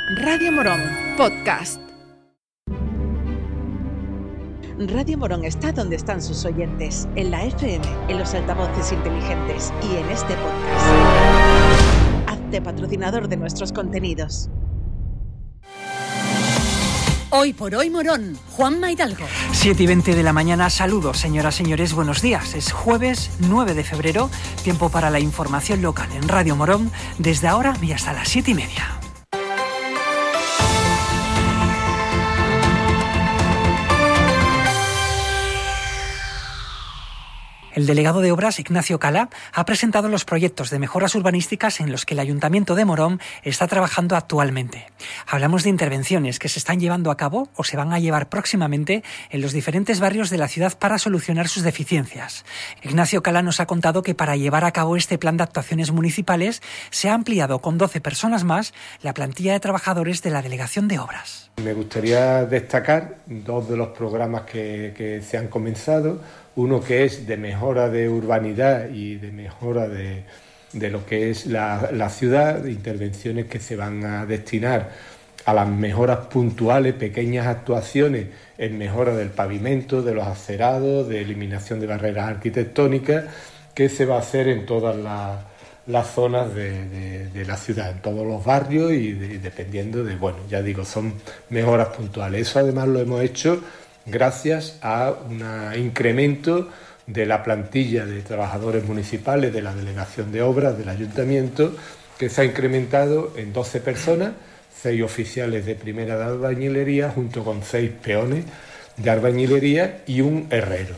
Radio Morón Podcast. Radio Morón está donde están sus oyentes, en la FM, en los altavoces inteligentes y en este podcast. Hazte patrocinador de nuestros contenidos. Hoy por hoy Morón, Juanma Hidalgo. 7:20 de la mañana, saludos señoras, señores, buenos días. Es jueves 9 de febrero, tiempo para la información local en Radio Morón, desde ahora y hasta las 7:30. El delegado de Obras, Ignacio Cala, ha presentado los proyectos de mejoras urbanísticas en los que el Ayuntamiento de Morón está trabajando actualmente. Hablamos de intervenciones que se están llevando a cabo o se van a llevar próximamente en los diferentes barrios de la ciudad para solucionar sus deficiencias. Ignacio Cala nos ha contado que para llevar a cabo este plan de actuaciones municipales se ha ampliado con 12 personas más la plantilla de trabajadores de la Delegación de Obras. Me gustaría destacar dos de los programas que se han comenzado. Uno que es de mejora de urbanidad y de mejora de lo que es la ciudad, de intervenciones que se van a destinar a las mejoras puntuales, pequeñas actuaciones en mejora del pavimento, de los acerados, de eliminación de barreras arquitectónicas, que se va a hacer en todas las zonas de la ciudad, en todos los barrios y dependiendo de, bueno, ya digo, son mejoras puntuales. Eso además lo hemos hecho gracias a un incremento de la plantilla de trabajadores municipales de la Delegación de Obras del Ayuntamiento, que se ha incrementado en 12 personas, 6 oficiales de primera de albañilería, junto con 6 peones de albañilería y un herrero.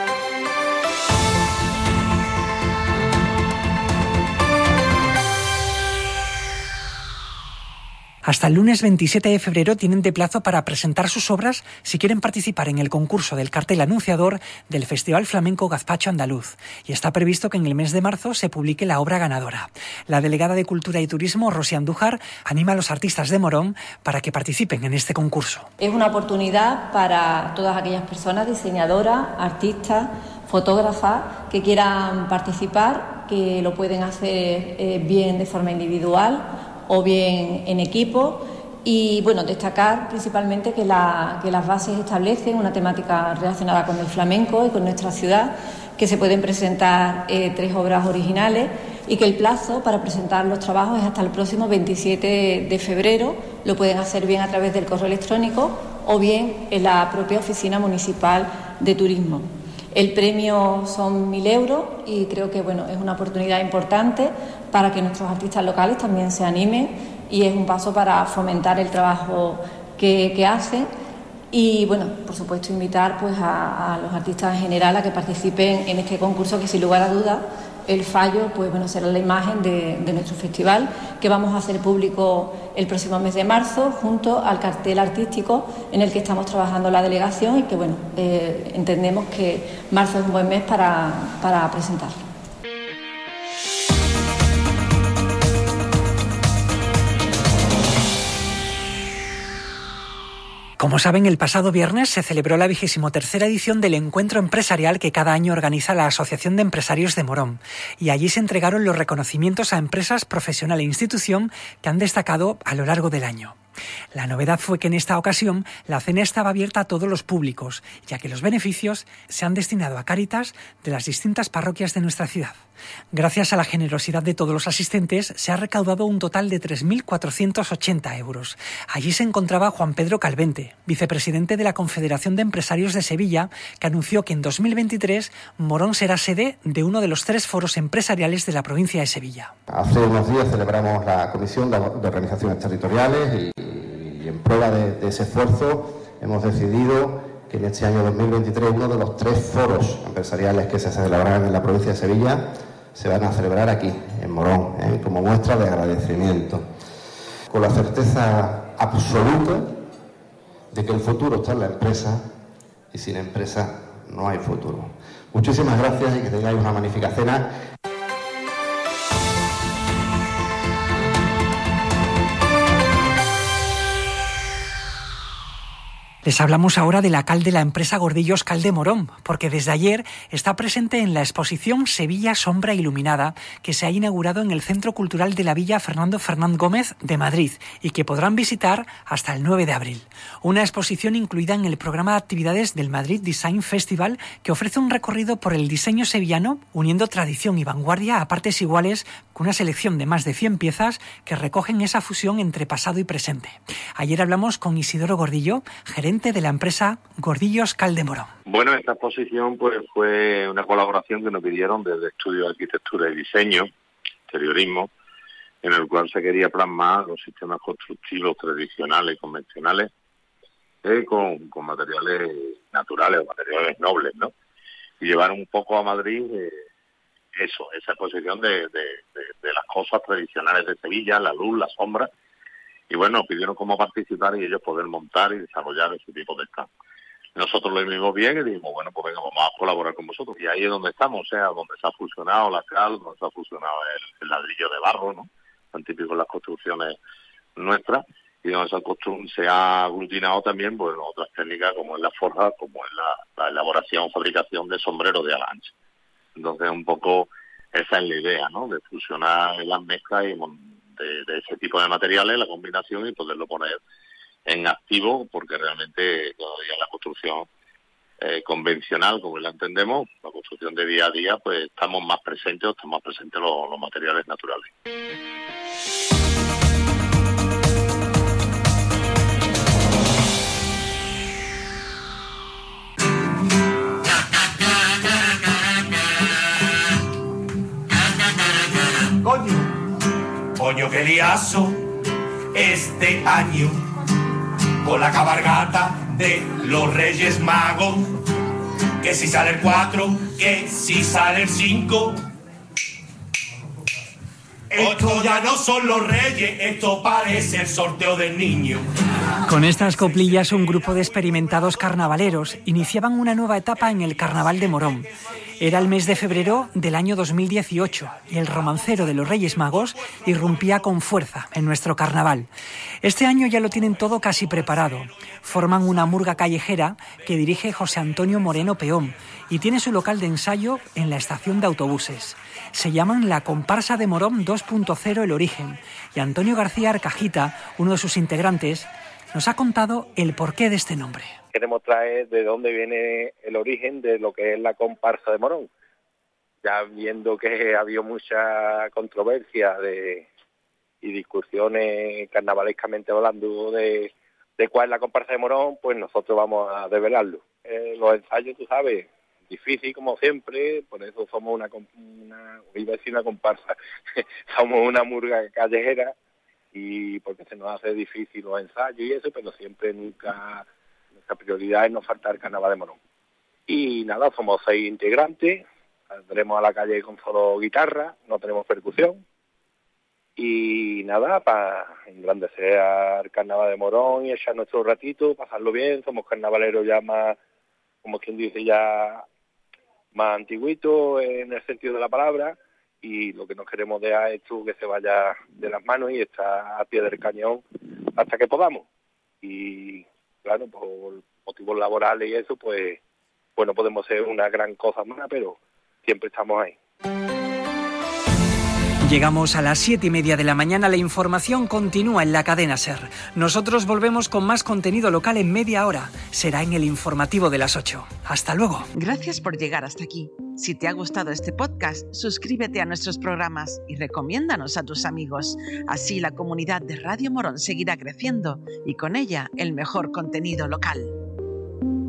Hasta el lunes 27 de febrero tienen de plazo para presentar sus obras si quieren participar en el concurso del cartel anunciador del Festival Flamenco Gazpacho Andaluz. Y está previsto que en el mes de marzo se publique la obra ganadora. La delegada de Cultura y Turismo, Rosy Andújar, anima a los artistas de Morón para que participen en este concurso. Es una oportunidad para todas aquellas personas, diseñadoras, artistas, fotógrafas, que quieran participar, que lo pueden hacer bien de forma individual o bien en equipo, y bueno, destacar principalmente que las bases establecen una temática relacionada con el flamenco y con nuestra ciudad, que se pueden presentar 3 obras originales y que el plazo para presentar los trabajos es hasta el próximo 27 de febrero. Lo pueden hacer bien a través del correo electrónico o bien en la propia Oficina Municipal de Turismo. El premio son 1.000 euros y creo que bueno, es una oportunidad importante para que nuestros artistas locales también se animen, y es un paso para fomentar el trabajo que hacen. Y bueno, por supuesto invitar pues a los artistas en general a que participen en este concurso, que sin lugar a dudas el fallo pues bueno, será la imagen de nuestro festival, que vamos a hacer público el próximo mes de marzo junto al cartel artístico en el que estamos trabajando la delegación, y que bueno, entendemos que marzo es un buen mes para presentarlo. Como saben, el pasado viernes se celebró la 23ª edición del encuentro empresarial que cada año organiza la Asociación de Empresarios de Morón, y allí se entregaron los reconocimientos a empresas, profesional e institución que han destacado a lo largo del año. La novedad fue que en esta ocasión la cena estaba abierta a todos los públicos, ya que los beneficios se han destinado a Cáritas de las distintas parroquias de nuestra ciudad. Gracias a la generosidad de todos los asistentes, se ha recaudado un total de 3.480 euros. Allí se encontraba Juan Pedro Calvente, vicepresidente de la Confederación de Empresarios de Sevilla, que anunció que en 2023 Morón será sede de uno de los 3 foros empresariales de la provincia de Sevilla. Hace unos días celebramos la Comisión de Organizaciones Territoriales y en prueba de ese esfuerzo hemos decidido que en este año 2023 uno de los 3 foros empresariales que se celebrarán en la provincia de Sevilla se van a celebrar aquí, en Morón, como muestra de agradecimiento, con la certeza absoluta de que el futuro está en la empresa, y sin empresa no hay futuro. Muchísimas gracias y que tengáis una magnífica cena. Les hablamos ahora de la cal de la empresa Gordillos Cal de Morón, porque desde ayer está presente en la exposición Sevilla Sombra Iluminada, que se ha inaugurado en el Centro Cultural de la Villa Fernando Fernández Gómez de Madrid y que podrán visitar hasta el 9 de abril. Una exposición incluida en el programa de actividades del Madrid Design Festival, que ofrece un recorrido por el diseño sevillano, uniendo tradición y vanguardia a partes iguales, con una selección de más de 100 piezas que recogen esa fusión entre pasado y presente. Ayer hablamos con Isidoro Gordillo, gerente de la empresa Gordillos Cal de Morón. Bueno, esta exposición pues fue una colaboración que nos pidieron desde Estudio de Arquitectura y Diseño, Exteriorismo, en el cual se quería plasmar los sistemas constructivos tradicionales y convencionales con materiales naturales o materiales nobles, ¿no? Y llevar un poco a Madrid esa exposición de las cosas tradicionales de Sevilla, la luz, la sombra. Y bueno, nos pidieron cómo participar y ellos poder montar y desarrollar ese tipo de stand. Nosotros lo vimos bien y dijimos, bueno, pues venga, vamos a colaborar con vosotros. Y ahí es donde estamos, o sea, donde se ha fusionado la cal, donde se ha fusionado el ladrillo de barro, ¿no? Tan típico en las construcciones nuestras. Y donde se ha aglutinado también, pues, otras técnicas como es la forja, como es la elaboración, fabricación de sombreros de ala ancha. Entonces, un poco esa es la idea, ¿no? De fusionar las mezclas y de ese tipo de materiales, la combinación y poderlo poner en activo, porque realmente todavía la construcción convencional, como la entendemos, la construcción de día a día, pues estamos más presentes los materiales naturales. Coño, qué liazo este año con la cabalgata de los Reyes Magos. Que si sale el 4, que si sale el 5. Esto ya no son los Reyes, esto parece el sorteo del niño. Con estas coplillas, un grupo de experimentados carnavaleros iniciaban una nueva etapa en el Carnaval de Morón. Era el mes de febrero del año 2018 y el romancero de los Reyes Magos irrumpía con fuerza en nuestro carnaval. Este año ya lo tienen todo casi preparado. Forman una murga callejera que dirige José Antonio Moreno Peón y tiene su local de ensayo en la estación de autobuses. Se llaman la Comparsa de Morón 2.0 El Origen y Antonio García Arcajita, uno de sus integrantes, nos ha contado el porqué de este nombre. Queremos traer de dónde viene el origen de lo que es la comparsa de Morón. Ya viendo que ha habido mucha controversia y discusiones carnavalescamente hablando de cuál es la comparsa de Morón, pues nosotros vamos a develarlo. Los ensayos, tú sabes, difícil como siempre, por eso somos una comparsa, somos una murga callejera, y porque se nos hace difícil los ensayos y eso, pero siempre nuestra prioridad es no faltar Carnaval de Morón. Y nada, somos 6 integrantes, saldremos a la calle con solo guitarra, no tenemos percusión, y nada, para engrandecer al Carnaval de Morón y echar nuestro ratito, pasarlo bien. Somos carnavaleros ya más, como quien dice, ya más antiguitos en el sentido de la palabra, y lo que nos queremos dejar es que se vaya de las manos y estar a pie del cañón hasta que podamos. Y claro, por motivos laborales y eso, pues no podemos ser una gran cosa más, pero siempre estamos ahí. Llegamos a las 7:30 de la mañana, la información continúa en la cadena SER. Nosotros volvemos con más contenido local en media hora. Será en el informativo de las 8. Hasta luego. Gracias por llegar hasta aquí. Si te ha gustado este podcast, suscríbete a nuestros programas y recomiéndanos a tus amigos. Así la comunidad de Radio Morón seguirá creciendo y con ella el mejor contenido local.